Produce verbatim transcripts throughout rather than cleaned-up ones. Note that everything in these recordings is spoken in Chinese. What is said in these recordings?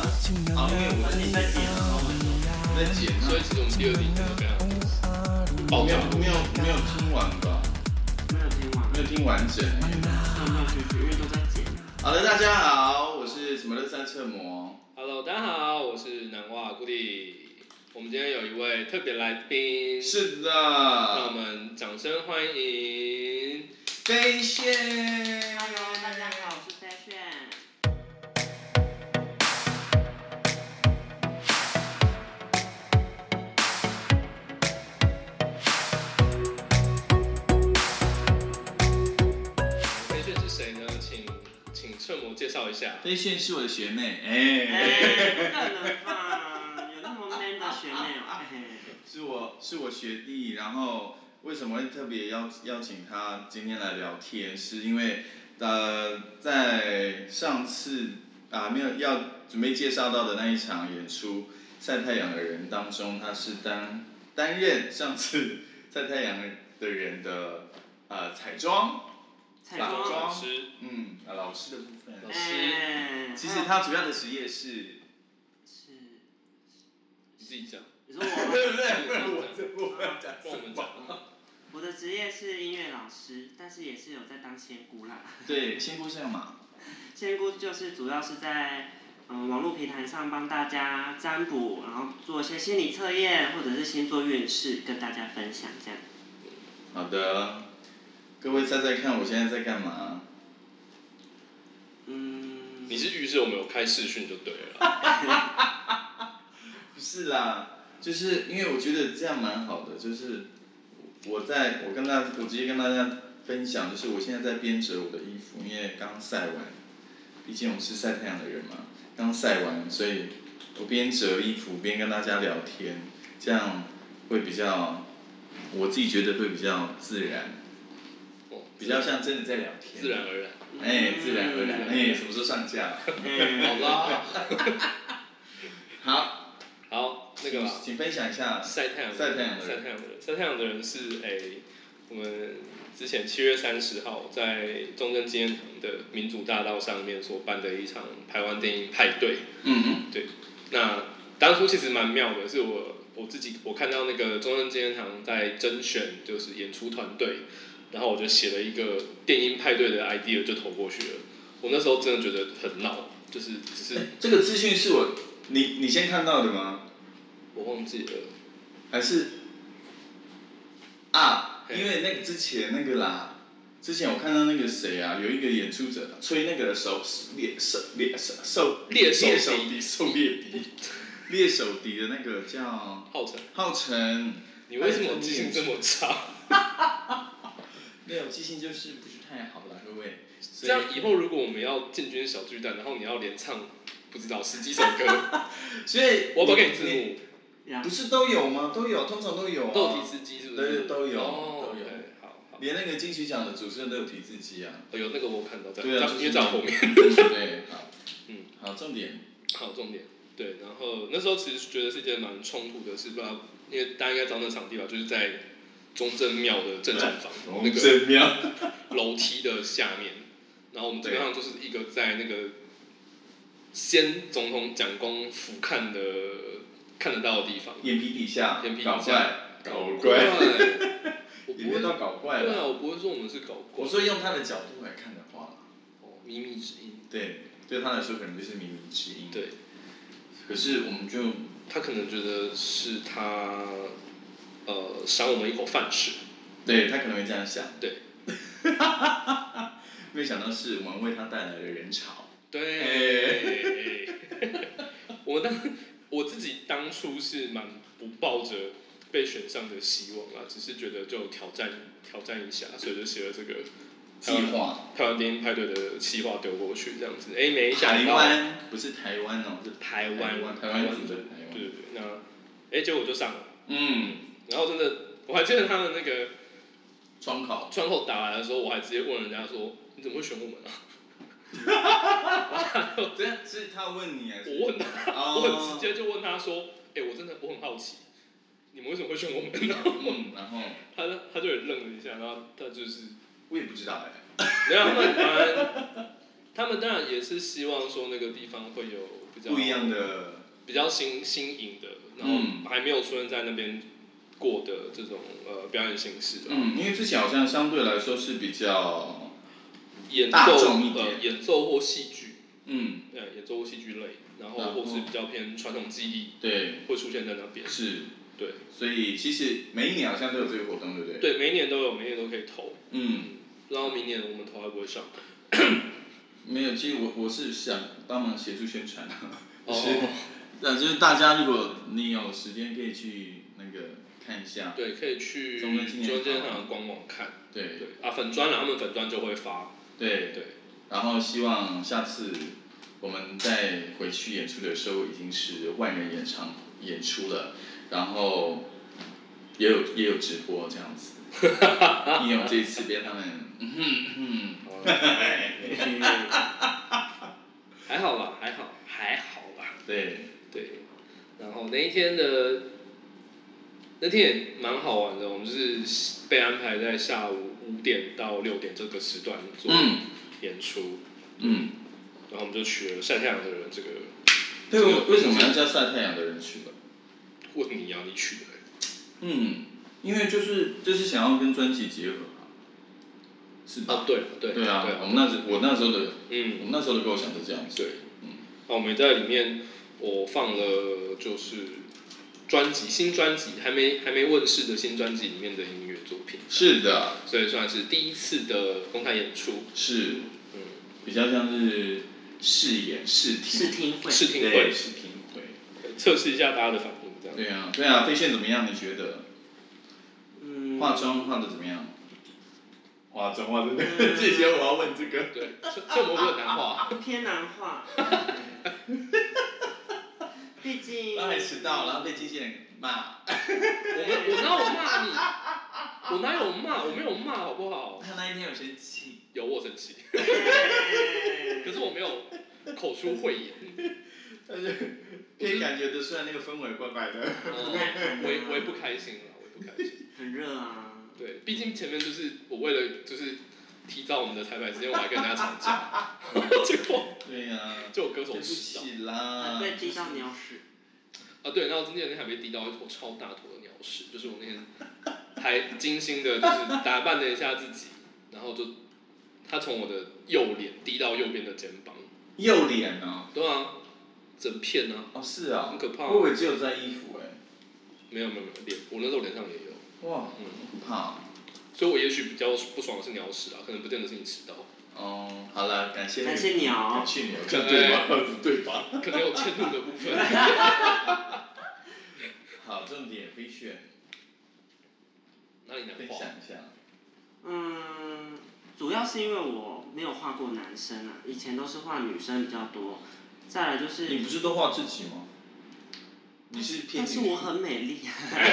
好，因为我们在剪，然后我在剪， 所以其实我们第二题真的非常爆炸，没有没有听完吧？ 没有听完， 没有听完整。 断断续续，因为都在剪。 好的，大家好，我是什么乐三侧模。 Hello， 大家好，我是南袜固地。我们今天有一位特别来宾， 是的， 让我们掌声欢迎飞线。 Hello， 大家好，我是飞线。 飞线是谁呢？请请侧模介绍一下。 飞线是我的学妹， 哎， 哎， 不可能吧？有那么 man 的学妹哦。 是我是我学弟，然后为什么会特别邀邀请他今天来聊天？是因为呃，在上次啊没有要准备介绍到的那一场演出《晒太阳的人》当中，他是担担任上次晒太阳的人的呃彩妆。 彩妆妆老师， 嗯，啊，老师的部分。 老师哎， 其实他主要的职业是， 是， 你自己讲。 你说我， 不是不是我这部分讲帮我们讲。 我的职业是音乐老师，但是也是有在当仙姑啦。 对，仙姑是干嘛？ 仙姑就是主要是在嗯网络平台上帮大家占卜，然后做一些心理测验或者是星座运势，跟大家分享这样。 好的，各位猜猜看，我现在在干嘛？ 嗯， 你是预示我们有开视讯就对了。 不是啦，就是因为我觉得这样蛮好的，就是我在我跟大我直接跟大家分享，就是我现在在编折我的衣服，因为刚晒完，毕竟我是晒太阳的人嘛，刚晒完，所以我边折衣服边跟大家聊天，这样会比较，我自己觉得会比较自然，比较像真的在聊天， 自然而然。 哎，自然而然，哎，什么时候上架？ 好啦。 好， 好，那个吧。 请分享一下晒太阳， 晒太阳的人， 晒太阳的人，晒太阳的人是哎、欸，我们之前七月三十号在中正纪念堂的民主大道上面所办的一场台湾电影派对。 嗯哼， 对。那当初其实蛮妙的，是我我自己我看到那个中正纪念堂在甄选就是演出团队，然后我就写了一个电音派对的 idea 就投过去了。我那时候真的觉得很闹，就是只是、 欸、这个资讯是我你你先看到的吗？ 我忘记了， 还是啊？因为那个之前那个啦，之前我看到那个谁啊，有一个演出者吹那个手猎手猎手手猎手笛狩猎笛猎手笛的那个叫浩辰， 浩辰， 你为什么记性这么差？ 没有记性就是不是太好啦，各位。 这样以后如果我们要进军小巨蛋，然后你要连唱不知道十几首歌， 所以我要不要给你字幕？ 不是都有吗？都有，通常都有、啊。 都有提词机是不是？ 对，都有， 哦、 都有。 okay, 好好连那个金曲奖的主持人都有提字机啊。 哦，有那个我看到在， 对啊， 因为在我后面。 对，好， 嗯， 好，重点。 好，重点。对，然后那时候其实觉得是一件蛮冲突的事，不知道，因为大家应该知道那场地吧，就是在中正庙的正前方，那个楼梯的下面。然后我们基本上就是一个在那个先总统蒋公俯瞰的看得到的地方， 眼皮底下， 眼皮底下， 搞怪， 我不会到搞怪了。 对啊，我不会说我们是搞怪。 我说用他的角度来看的话， 哦，靡靡之音。 对，对他来说可能就是靡靡之音。 对。 可是我们就， 他可能觉得是他，呃，赏我们一口饭吃。 对他可能会这样想。 对。 没想到是我们为他带来了人潮。 对。欸、我当我自己当初是蛮不抱着被选上的希望啦，只是觉得就挑战挑战一下，所以就写了这个计划， 台湾电影派对的企划丢过去这样子。哎、欸，没想到台湾不是台湾哦，是台湾台湾组的台湾。 对对对，那哎、欸、结果就上了。 嗯。 然后真的，我还记得他的那个窗口窗口打来的时候，我还直接问人家说：“你怎么会选我们啊？” 这样是他问你还是？ 我问他，哦、我很直接就问他说：“哎、欸，我真的我很好奇，你们为什么会选我们？” 嗯，然后他他就也愣了一下，然后他就是我也不知道哎、欸， 没有他们蛮他们当然也是希望说那个地方会有比较不一样的、 比较新新颖的，然后还没有出现在那边过的这种呃表演形式。 嗯，因为之前好像相对来说是比较演奏呃演奏或戏剧，嗯，对，演奏或戏剧类，然后或是比较偏传统技艺， 对， 会出现在那边。 是， 对， 所以其实每一年好像都有这个活动，对不对？ 对，每一年都有，每一年都可以投。嗯，不知道明年我们投还不会上。 没有，其实我我是想帮忙协助宣传的，哦，对，就是大家如果你有时间可以去那个看一下， 对，可以去中正纪念堂的官网看，对对，啊粉专啦，他们粉专就会发， 对对，然后希望下次我们再回去演出的时候已经是万人演唱演出了，然后也有也有直播这样子，因为我这一次被他们，嗯嗯。 还好啦，还好，还好啦。 对对，然后那一天的那天也蛮好玩的，我们就是被安排在下午五点到六点这个时段做演出，嗯，然后我们就取了晒太阳的人这个。 对，这个、为什么要叫晒太阳的人取了？ 问你呀、啊，你取的、欸。 嗯，因为就是就是想要跟专辑结合。是吧？ 啊，对对对啊，我们那时我那时候的，嗯，我们那时候的构想是这样子。 对，嗯，啊，我们在里面我放了就是专辑新专辑还没还没问世的新专辑里面的音乐作品。 是的， 所以算是第一次的公开演出。 是，嗯，比较像是试演试听试听会试听会试听会， 测试一下大家的反应，这样。 对啊，对啊，飞线怎么样？你觉得？嗯，化妆化的怎么样？化妆化的，这些我要问这个。 对，这模很难画。 偏难画。毕竟。 刚才迟到，然后被经纪人骂。 我我哪有骂你？我哪有骂？我没有骂，好不好？ 他那一天有生气。 有我生气。可是我没有口出秽言。 但是可以感觉得出来那个氛围怪怪的。 我也我也不开心了，我也不开心。 很热啊。对， 毕竟前面就是我为了就是提早我们的彩排时间，我还跟人家吵架，结果对呀、啊， 就有歌手迟到啦， 被滴到鸟屎。 啊对，然后今天那天还被滴到一坨超大坨的鸟屎，就是我那天还精心的就是打扮了一下自己，然后就他从我的右脸滴到右边的肩膀。 右脸啊？ 对啊，整片啊。 哦是啊， 很可怕、啊。 我以为只有在衣服哎、欸。 没有没有没有脸，我那时候脸上也有。 哇，嗯，可怕、啊。 所以我也许比较不爽的是鸟屎啊，可能不见得是你迟到。 哦，好了，感谢。 感谢鸟。 感谢鸟，看对吧？对吧？ 可能有迁怒的部分。 好，重点飞选。 哪里难分享一下。 嗯，主要是因为我没有画过男生啊，以前都是画女生比较多。再来就是。 你不是都画自己吗？你是偏但是我很美丽。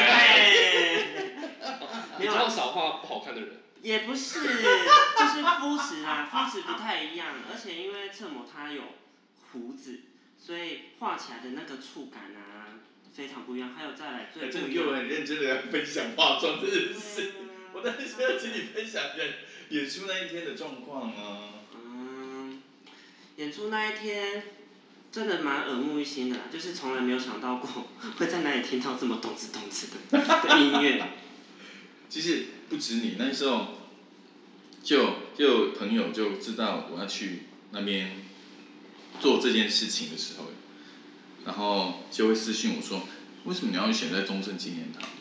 比较少画不好看的人。 也不是，就是肤质啊，肤质不太一样，而且因为侧模它有胡子，所以画起来的那个触感啊非常不一样。还有再来最不一样。 真的又很认真的分享化妆这件事，我当时要请你分享演出那一天的状况啊。 嗯，演出那一天。真的蛮耳目一新的啦，就是从来没有想到过会在哪里听到这么动次动次的的音乐。 其实不止你，那时候就就有朋友就知道我要去那边做这件事情的时候，然后就会私讯我说，为什么你要选在中正纪念堂？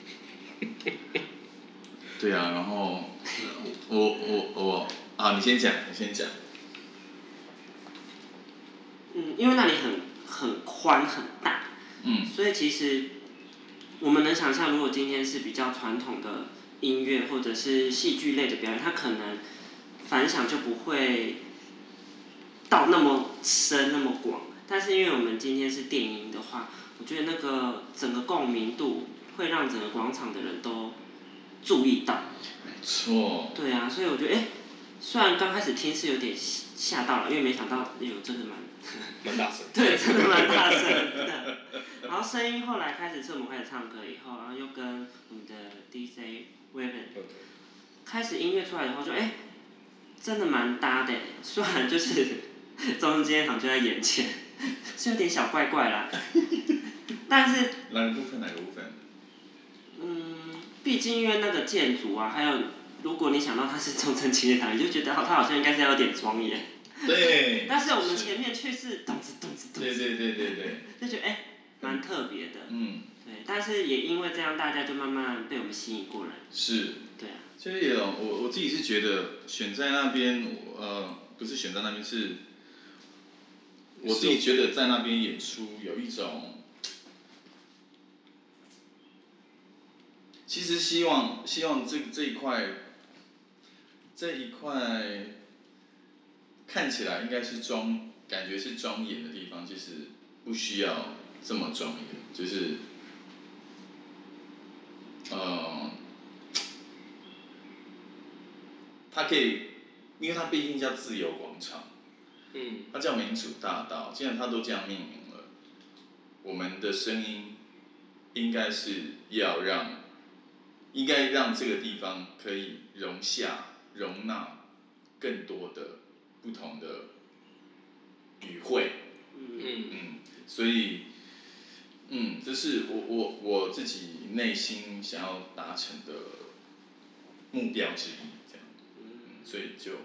对啊，然后我我我啊，你先讲，你先讲。 嗯，因为那里很很宽很大，嗯，所以其实我们能想象，如果今天是比较传统的音乐或者是戏剧类的表演，它可能反响就不会到那么深那么广。但是因为我们今天是电音的话，我觉得那个整个共鸣度会让整个广场的人都注意到。 没错。 对啊，所以我觉得，哎，虽然刚开始听是有点吓到了，因为没想到有真的蛮。 蛮大声。 对，真的蛮大声的。然后声音后来开始侧模开始唱歌以后，然后又跟我们的 D J Weven 开始音乐出来以后就哎， 真的蛮搭的，虽然就是中间好像就在眼前，是有点小怪怪啦。但是哪个部分？哪个部分？ 嗯，毕竟因为那个建筑啊，还有如果你想到它是中正纪念堂，你就觉得它好像应该是要有点庄严。 对。 但是我们前面却是咚子咚子咚子。 对对对对对。 就觉得哎，蛮特别的。 嗯。 对，但是也因为这样，大家就慢慢被我们吸引过来。 是。 对啊。 其实也有我我自己是觉得选在那边，呃，不是选在那边是，我自己觉得在那边演出有一种。其实希望希望这这一块，这一块看起来应该是庄，感觉是庄严的地方，其实不需要这么庄严，就是，呃，它可以，因为它毕竟叫自由广场， 嗯， 它叫民主大道，既然它都这样命名了，我们的声音应该是要让。应该让这个地方可以容下、容纳更多的不同的语汇。 嗯嗯，所以，嗯，这是我我我自己内心想要达成的目标之一，这样。嗯，所以就，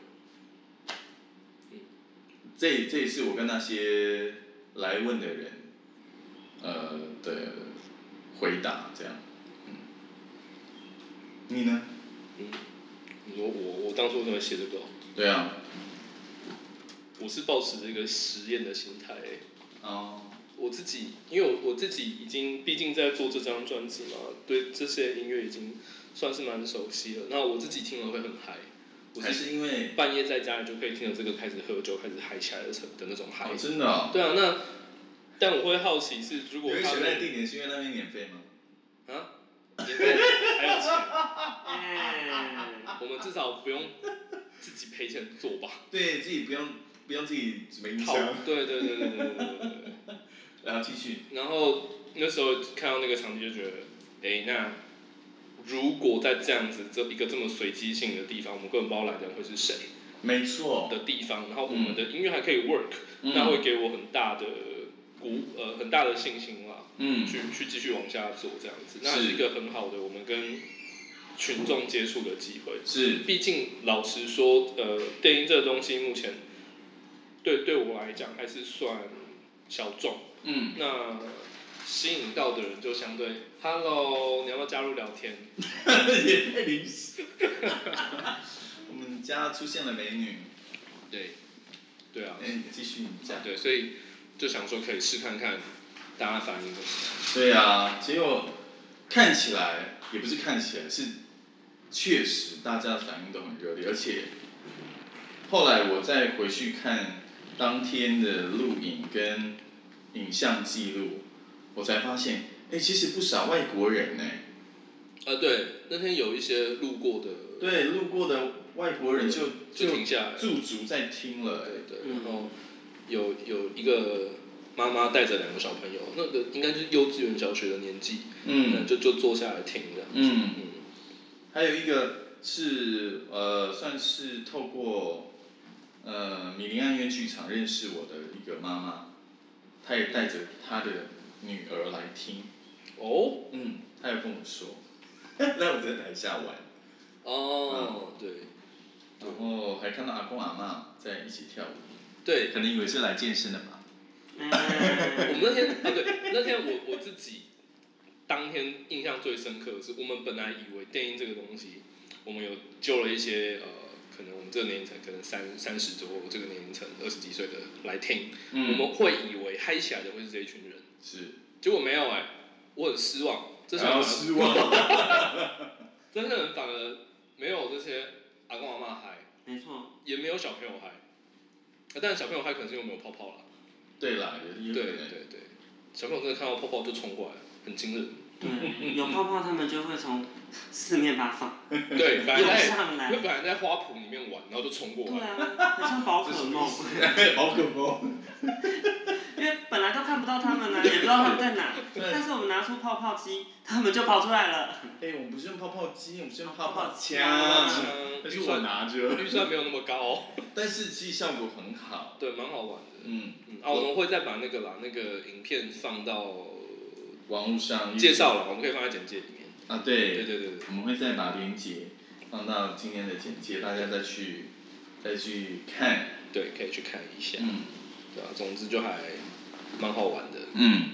这这也是我跟那些来问的人，呃的回答，这样。你呢？ 嗯，你说我我当初为什么写这个？ 对啊。 我是抱持这个实验的心态。 哦。 我自己，因为我我自己已经，毕竟在做这张专辑嘛，对这些音乐已经算是蛮熟悉了。那我自己听了会很嗨。 还是因为半夜在家里就可以听着这个开始喝酒，开始嗨起来的的那种嗨。 哦，真的哦。 对啊，那但我会好奇是，如果他选在地点是因为那边免费吗？ 啊？免费还有钱，我们至少不用自己赔钱做吧？ 对，自己不用不用自己准备音箱。对对对对对对对对。 然后继续。 然后那时候看到那个场地就觉得，哎，那如果在这样子这一个这么随机性的地方，我们根本不知道来的人会是谁。 没错。 的地方，然后我们的音乐还可以 work，、嗯、那会给我很大的鼓呃很大的信心啦。嗯，去去继续往下做这样子，那是一个很好的我们跟群众接触的机会。 是， 毕竟老实说，呃，电音这个东西目前对对我来讲还是算小众。嗯，那吸引到的人就相对 ，Hello， 你要不要加入聊天？ 也太临时。我们家出现了美女。 对，对啊。 哎，继续讲。 对，所以就想说可以试看看。大家反应怎么样？ 对啊，结果看起来也不是看起来，是确实大家的反应都很热烈，而且后来我再回去看当天的录影跟影像记录，我才发现，哎，其实不少外国人呢。 啊，对，那天有一些路过的。 对，路过的外国人就就停下来， 驻足在听了。 对对，然后有有一个。妈妈带着两个小朋友，那个应该就是幼稚园、小学的年纪，嗯，就就坐下来听这样子。嗯嗯。 还有一个是呃，算是透过呃米林暗渊剧场认识我的一个妈妈，她也带着她的女儿来听。 哦。 嗯，她有跟我说，那我在台下玩。 哦，对。 然后还看到阿公阿嬷在一起跳舞。 对。 可能以为是来健身的吧。 我们那天啊，对，那天我我自己当天印象最深刻的是，我们本来以为电音这个东西，我们有救了一些呃，可能我们这个年龄层，可能三三十左右这个年龄层二十几岁的来听，嗯、我们会以为嗨起来的会是这一群人， 是， 结果没有哎、欸，我很失望，这些人失望， 这些人反而没有这些阿公阿嬷嗨， 没错， 也没有小朋友嗨，但是小朋友嗨可能是因为没有泡泡啦。 对啦，有对对对，小朋友真的看到泡泡就冲过来，很惊人。 对，有泡泡他们就会从四面八方对，本来在， 因为本来在花圃里面玩，然后就冲过来。 对啊，很像宝可梦。 宝可梦。 因为本来都看不到他们呢、啊，也知道他们在哪，但是我们拿出泡泡机，他们就跑出来了。 哎、欸，我们不是用泡泡机，我们是用泡泡枪， 但是我拿着，预算没有那么高， 但是其实效果很好， 对，蛮好玩的。 嗯嗯，啊，我们会再把那个啦，那个影片放到网络上介绍了，我们可以放在简介里面。 啊，对， 对对对对， 我们会再把链接放到今天的简介，大家再去再去看， 对，可以去看一下。 嗯， 对啊，总之就还蛮好玩的。 嗯。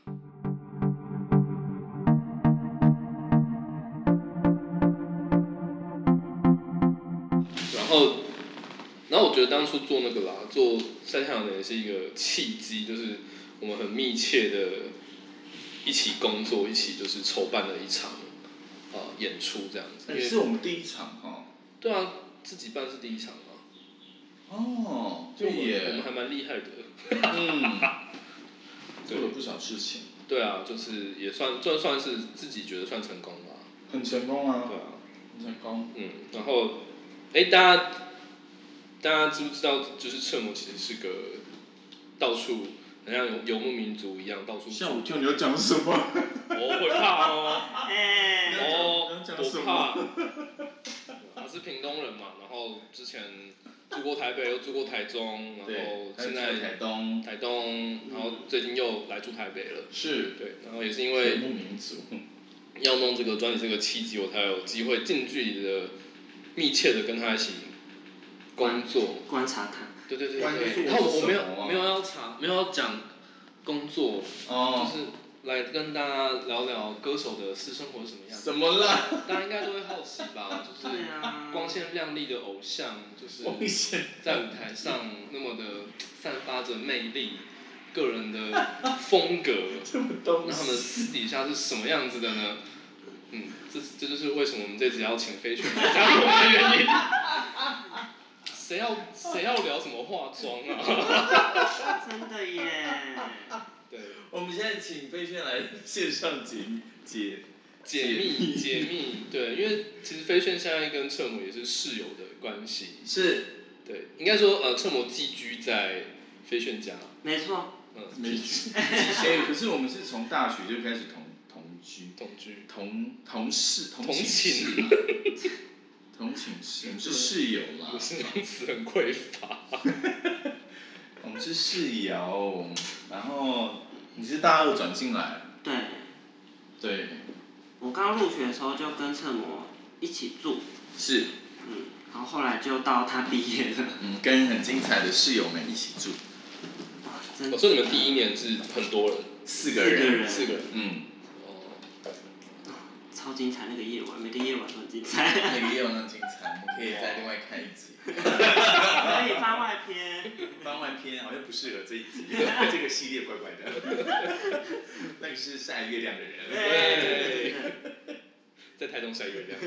然后，然后我觉得当初做那个啦，做晒太阳的也是一个契机，就是我们很密切的一起工作，一起就是筹办了一场呃演出这样子。 也是我们第一场哦。 对啊，自己办是第一场啊。 哦， 对耶， 我们还蛮厉害的。 嗯，做了不少事情。 对啊，就是也算算算是自己觉得算成功吧。 很成功啊。 对啊， 很成功。 嗯，然后，哎，大家大家知不知道，就是侧模其实是个到处很像游牧民族一样到处。 吓我一跳，你要讲什么？ 我会怕哦。 哎。 哦，多怕。他是屏东人嘛，然后之前住过台北，又住过台中，然后现在台东， 台东，然后最近又来住台北了。 是。 对，然后也是因为游牧民族要弄这个专辑这个契机，我才有机会近距离的、密切的跟他一起工作， 观察他。 对对对对。然后我没有没有要查，没有要讲工作， 哦， 就是来跟大家聊聊歌手的私生活是什么样子。 什么啦？ 大家应该都会好奇吧？就是光鲜亮丽的偶像，就是在舞台上那么的散发着魅力。个人的风格，那他们私底下是什么样子的呢？嗯，这这就是为什么我们这次要请飞旋来加入我们的原因。谁要谁要聊什么化妆啊？真的耶。 对。 我们现在请飞旋来线上解解解密解密，对，因为其实飞旋现在跟侧模也是室友的关系。 是。 对，应该说呃，侧模寄居在飞旋家。 没错。 嗯， 没居。哎，可是我们是从大学就开始同同居。 同居。 同同事同寝室。 同寝室，我们是室友啦。 我形容词很匮乏。 我们是室友，然后你是大二转进来。 对。 对。 我刚入学的时候就跟侧模一起住。 是。 嗯，然后后来就到他毕业了。 嗯，跟很精彩的室友们一起住。 我说你们第一年是很多人， 四个人， 四个人， 嗯， 哦，超精彩那个夜晚，每个夜晚都很精彩。 每个夜晚都很精彩，我们可以再另外开一集。 可以番外篇。 番外篇好像不适合这一集，这个系列怪怪的。那个是晒月亮的人。 对。在台东晒月亮。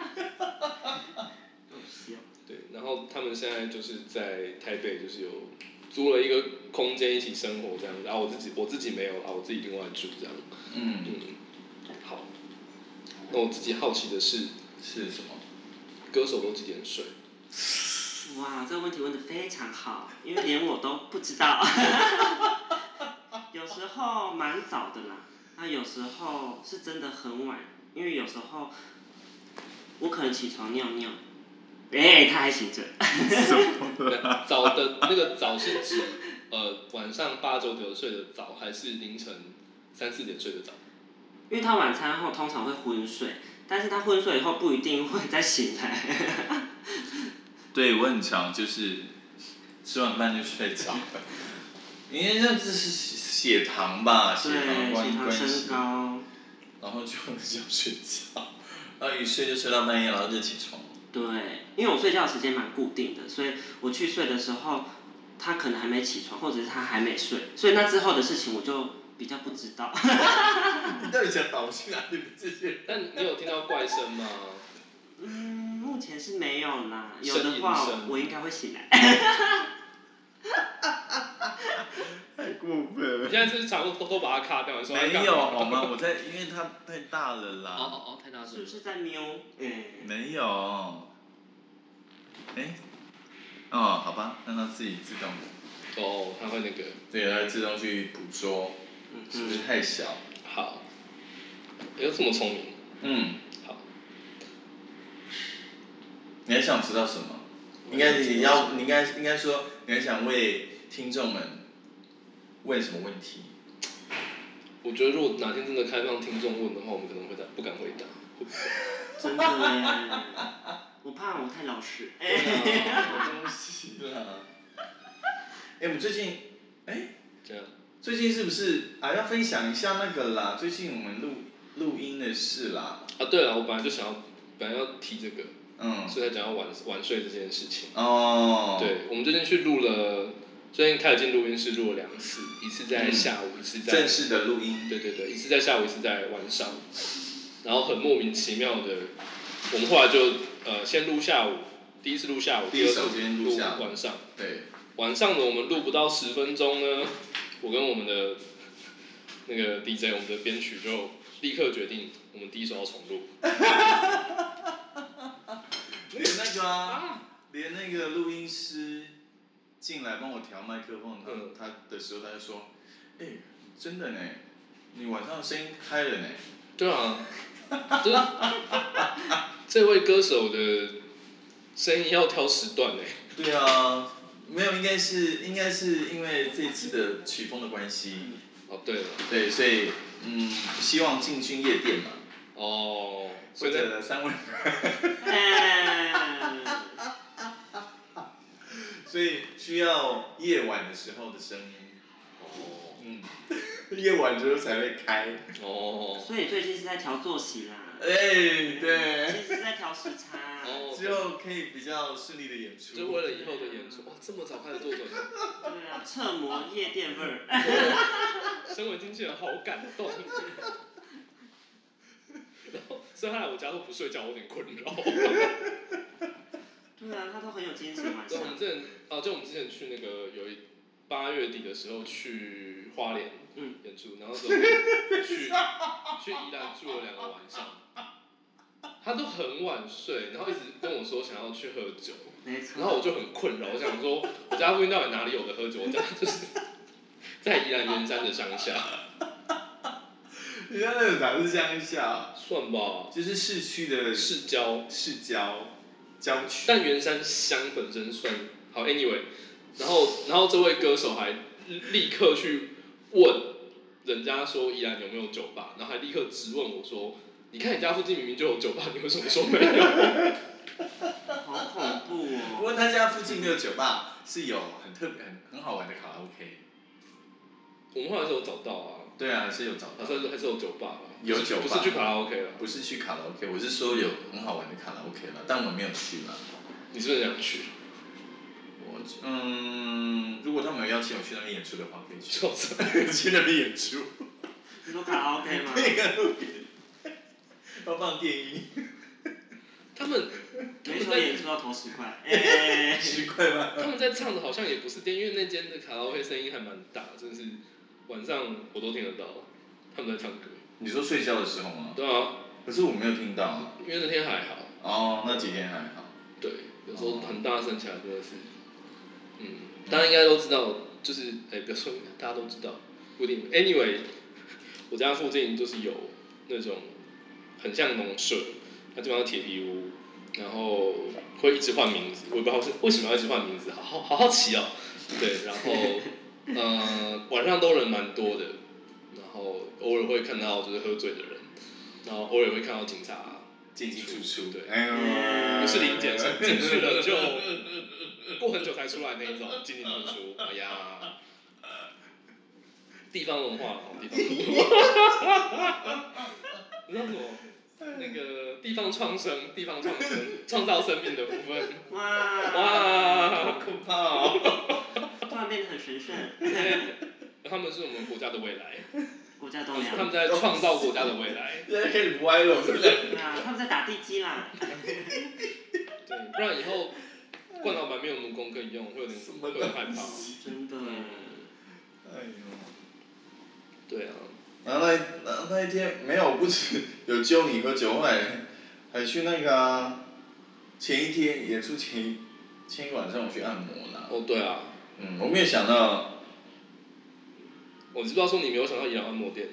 对，然后他们现在就是在台北，就是有。租了一个空间一起生活这样子，然后我自己我自己没有啊，我自己另外住这样。 嗯嗯，好。那我自己好奇的是是什么？ 歌手都几点睡？ 哇，这个问题问得非常好，因为连我都不知道。有时候蛮早的啦，那有时候是真的很晚，因为有时候我可能起床尿尿。哎、欸，他还醒着。 什么？ 早的那个早是指呃晚上八九点睡的早，还是凌晨三四点睡的早？ 因为他晚餐后通常会昏睡，但是他昏睡以后不一定会再醒来。 对，我很常就是吃完饭就睡着了，因为那这是血糖吧，血糖关关系，然后就很想睡觉，然后一睡就睡到半夜，然后就起床。 对，因为我睡觉的时间蛮固定的，所以我去睡的时候，他可能还没起床，或者是他还没睡，所以那之后的事情我就比较不知道。 你到底想导去哪里这些？ 但你有听到怪声吗？ 嗯，目前是没有啦，有的话我应该会醒来。 太过分了！ 你现在是常偷偷把它卡掉，说没有好吗？我在，因为它太大了啦。 哦哦哦，太大声。是不是在瞄？嗯。 没有。哎、欸，哦，好吧，让它自己自动。 哦，它会那个。 对，它会自动去捕捉。 是不是太小？ 好，有这么聪明？ 嗯， 好。 你还想知道什么？应该你要，你应该应该说，你还想为听众们问什么问题？ 我觉得如果哪天真的开放听众问的话，我们可能会不敢回答。 真的耶，我怕我太老实。 哎、啊，什么东西啦？哎、欸，我们最近，哎、欸， 这样， 最近是不是啊？要分享一下那个啦，最近我们录录音的事啦。 啊，对了，我本来就想要，本来要提这个， 嗯， 所以才讲要晚晚睡这件事情。 哦。 对，我们最近去录了，最近开始进录音室录了两次，一次在下午，嗯、一次在正式的录音。 对对对，一次在下午，一次在晚上。然后很莫名其妙的，我们后来就呃先录下午，第一次录下午，第二次录晚上。 对。 晚上呢，我们录不到十分钟呢，我跟我们的那个 D J， 我们的编曲就立刻决定，我们第一首要重录。 连那个啊，连那个录音师进来帮我调麦克风，他、嗯、他的时候他就说，哎、欸，真的呢，你晚上声音开了呢。 对啊，就是这位歌手的声音要挑时段呢。 对啊，没有，应该是应该是因为这次的曲风的关系。 哦，对了。对， 所以嗯，希望进军夜店嘛。 哦。 或者三位。所以需要夜晚的时候的声音。哦。嗯。夜晚之后才会开。 哦。所以最近是在调作息啦。 哎、欸，对。 其实是在调时差。 哦。之后可以比较顺利的演出。 就为了以后的演出，哇，这么早开始做准备。 对啊，侧模夜店味儿。 身为经纪人好感动。然后，所以后来我家都不睡觉，我有点困扰。 对啊，他都很有精神晚上。对，我们之前，哦，就我们之前去那个有一八月底的时候去花莲演出，然后之后去去宜兰住了两个晚上，他都很晚睡，然后一直跟我说想要去喝酒，然后我就很困扰，我想说我家附近到底哪里有的喝酒？我家就是在宜兰圆山的乡下。 你家那个哪是乡下？ 算吧， 就是市区的市郊， 市郊，郊区。 但圆山乡本身算好 ，anyway， 然后然后这位歌手还立刻去问人家说宜兰有没有酒吧，然后还立刻质问我说，你看你家附近明明就有酒吧，你为什么说没有？ 好恐怖哦！ 不过他家附近没有酒吧，是有很特别、很很好玩的卡拉 OK。 我们后来是有找到啊。对啊，还是有找到。 还是还是有酒吧吧。 有酒吧。 不是去卡拉 OK 了。 不是去卡拉 OK， 我是说有很好玩的卡拉 OK 了，但我没有去了。 你是不是想去？ 我嗯，如果他们有邀请我去那边演出的话，可以去。去那边演出。 你说卡拉 OK 吗？ 对，卡拉 OK。要放电音。 他们没说演出要投十块。哎。 十块吗？ 他们在唱的好像也不是电，因为那间的卡拉 OK 声音还蛮大，真的是。晚上我都听得到，他们在唱歌。 你说睡觉的时候吗？ 对啊。 可是我没有听到。 因为那天还好。 哦，那几天还好。 对，有时候很大声起来真的是，嗯，大家应该都知道，就是哎、欸，不要说大家都知道，不一定。Anyway， 我家附近就是有那种很像农舍，它基本上铁皮屋，然后会一直换名字，我也不知道是为什么要一直换名字，好好好好奇哦。对，然后。呃，晚上都人蛮多的，然后偶尔会看到就是喝醉的人，然后偶尔会看到警察进进出出， 对， 哎呦，不是零检，是进去了就过很久才出来那一种进进出出，哎呀，地方文化哦，地方文化，你知道什么？那个地方创生，地方创生，创造生命的部分， 哇哇， 好可怕哦！ 突然变得很神圣。 他们是我们国家的未来。 国家栋梁。 他们在创造国家的未来。 现在开始歪了，是不是？ 对啊，他们在打地基啦。 对，不然以后冠老板没有奴工可以用，会有点会有点害怕。 真的。 哎呦。 对啊。 然后那那那一天没有，不止有揪你喝酒，后来还去那个、啊、前一天演出前一前一晚上我去按摩啦。 哦，对啊。 嗯，我没有想到， 我知不知道说你没有想到宜兰按摩店？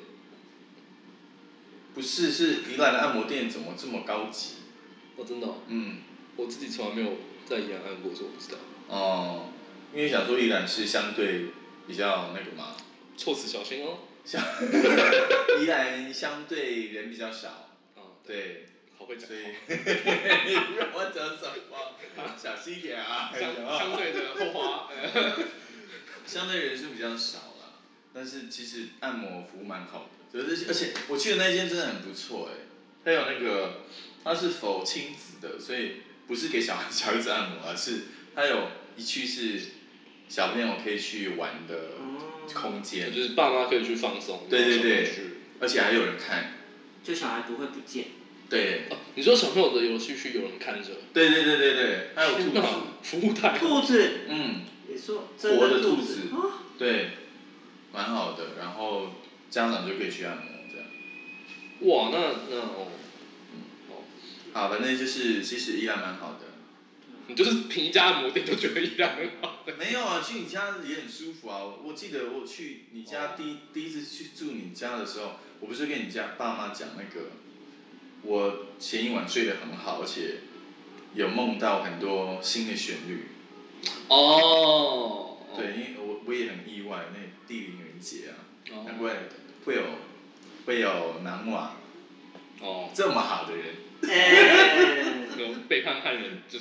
不是，是宜兰的按摩店怎么这么高级？ 哦，真的、哦。 嗯。 我自己从来没有在宜兰按过，所以我不知道。 哦，因为想说宜兰是相对比较那个嘛。 措辞小心哦。 相宜兰相对人比较少。 哦。 对。 好会讲。 所以，我讲什么？小心一点啊！ 相相对的后花。 相对人数比较少啦，但是其实按摩服务蛮好的，就是而且我去的那间真的很不错哎，它有那个它是否亲子的，所以不是给小孩小孩子按摩，而是它有一区是小朋友可以去玩的空间， 就是爸妈可以去放松。 对对对，而且还有人看， 就小孩不会不见。 对、 哦，你说小朋友的游戏区有人看着？ 对对对对对，还有兔子， 服务太好。 兔子， 嗯， 你说活的兔子， 子哦、 对，蛮好的，然后家长就可以去按摩这样。 哇，那那哦， 嗯，哦，好，反正就是其实宜兰蛮好的。 你就是凭一家按摩店就觉得宜兰很好？ 没有啊，去你家也很舒服啊。我记得我去你家第、哦、第一次去住你家的时候，我不是跟你家爸妈讲那个。我前一晚睡得很好，而且有梦到很多新的旋律。 哦。 对，因为我我也很意外，那地灵人杰啊，哦、难怪会有会有南瓦哦这么好的人。 那种背叛汉人就是。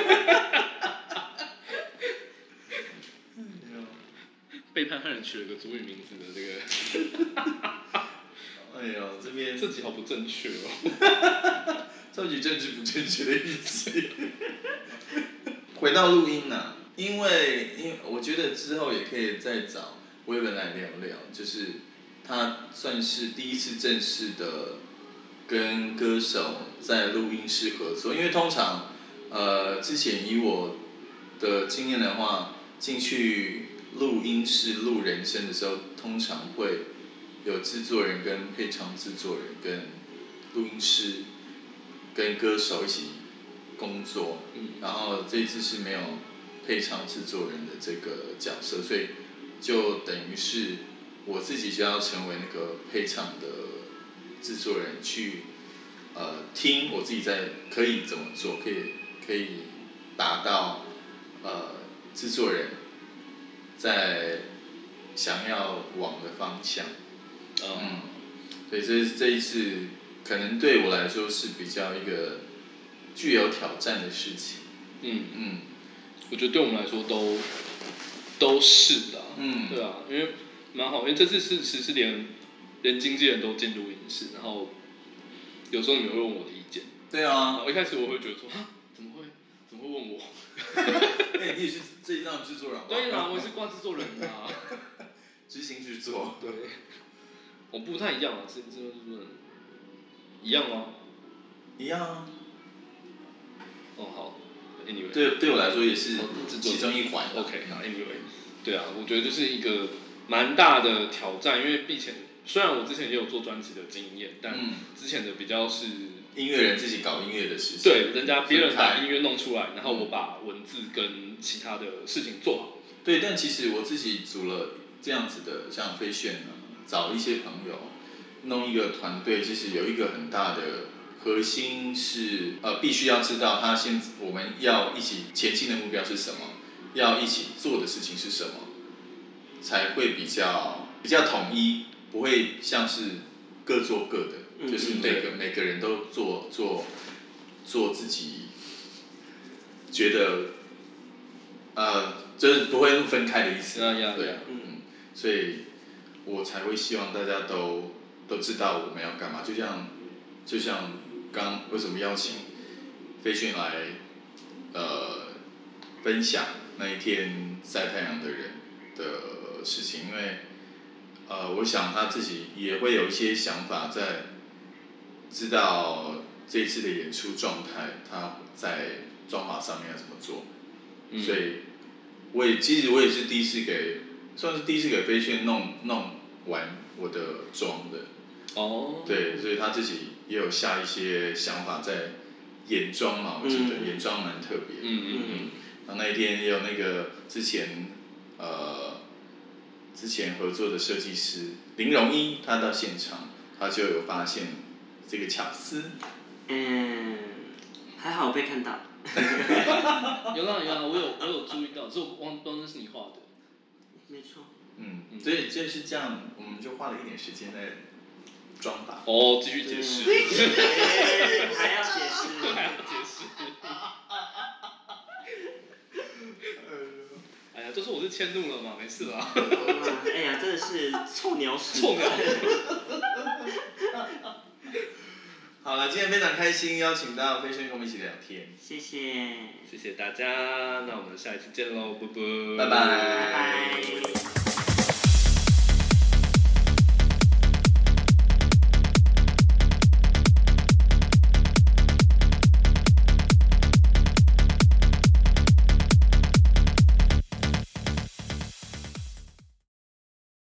背叛汉人取了个族语名字的这个。 哎呦，这边这集好不正确哦， 超级政治不正确的一集。回到录音呐、啊，因为因为我觉得之后也可以再找威文来聊聊，就是他算是第一次正式的跟歌手在录音室合作，因为通常呃之前以我的经验的话，进去录音室录人声的时候，通常会有制作人跟配唱制作人跟录音师跟歌手一起工作，嗯、然后这一次是没有配唱制作人的这个角色，所以就等于是我自己就要成为那个配唱的制作人，去呃听我自己在可以怎么做，可以可以达到呃制作人在想要往的方向。嗯，所以这这一次可能对我来说是比较一个具有挑战的事情。 嗯嗯，我觉得对我们来说都都是的、啊。嗯，对啊，因为蛮好，因为这次是其实连连经纪人都进录音室，然后有时候你们会问我的意见。 对啊。 我一开始我会觉得说啊，怎么会怎么会问我？ 哎、欸，你也是这一张制作人。 对啊，我也是挂制作人啊。 执行制作。 对。我不太一样啊，这这是不是一样吗？ 一样啊。 哦，好 ，anyway， 对对我来说也是其中一环。 OK， 好 ，anyway， 对啊，我觉得就是一个蛮大的挑战，因为毕竟虽然我之前也有做专辑的经验，但之前的比较是音乐人自己搞音乐的事情。 对，人家别人把音乐弄出来，然后我把文字跟其他的事情做好。 对，但其实我自己组了这样子的，像飞炫啊。找一些朋友，弄一个团队，其实有一个很大的核心是，呃，必须要知道他现我们要一起前进的目标是什么，要一起做的事情是什么，才会比较比较统一，不会像是各做各的，嗯、就是每个每个人都做做做自己觉得，呃，就是不会分开的意思。 对啊， 对啊，嗯，所以。我才会希望大家都都知道我们要干嘛，就像就像刚为什么邀请飞讯来呃分享那一天晒太阳的人的事情，因为呃我想他自己也会有一些想法，在知道这次的演出状态，他在妆法上面要怎么做，嗯、所以我也其实我也是第一次给。算是第一次给飞炫弄弄完我的妆的，哦，对，所以他自己也有下一些想法在眼妆嘛，我记得、嗯、眼妆蛮特别，嗯嗯嗯，然后那一天也有那个之前呃之前合作的设计师林荣一，他到现场，他就有发现这个巧思。 嗯，还好被看到。 有啦有啦，我有我有注意到，只是我忘忘那是你画的。 没错。 嗯，所以就是这样，我们就花了一点时间在装法。 哦，继续解释。 还要解释， 还要解释。哎呀，就说我是迁怒了嘛，没事啦。 哎呀，真的是臭鸟屎。 臭鸟屎。 好了，今天非常开心，邀请到飞升跟我们一起聊天。 谢谢。 谢谢大家，那我们下一次见喽，啵啵。 拜拜。 拜拜。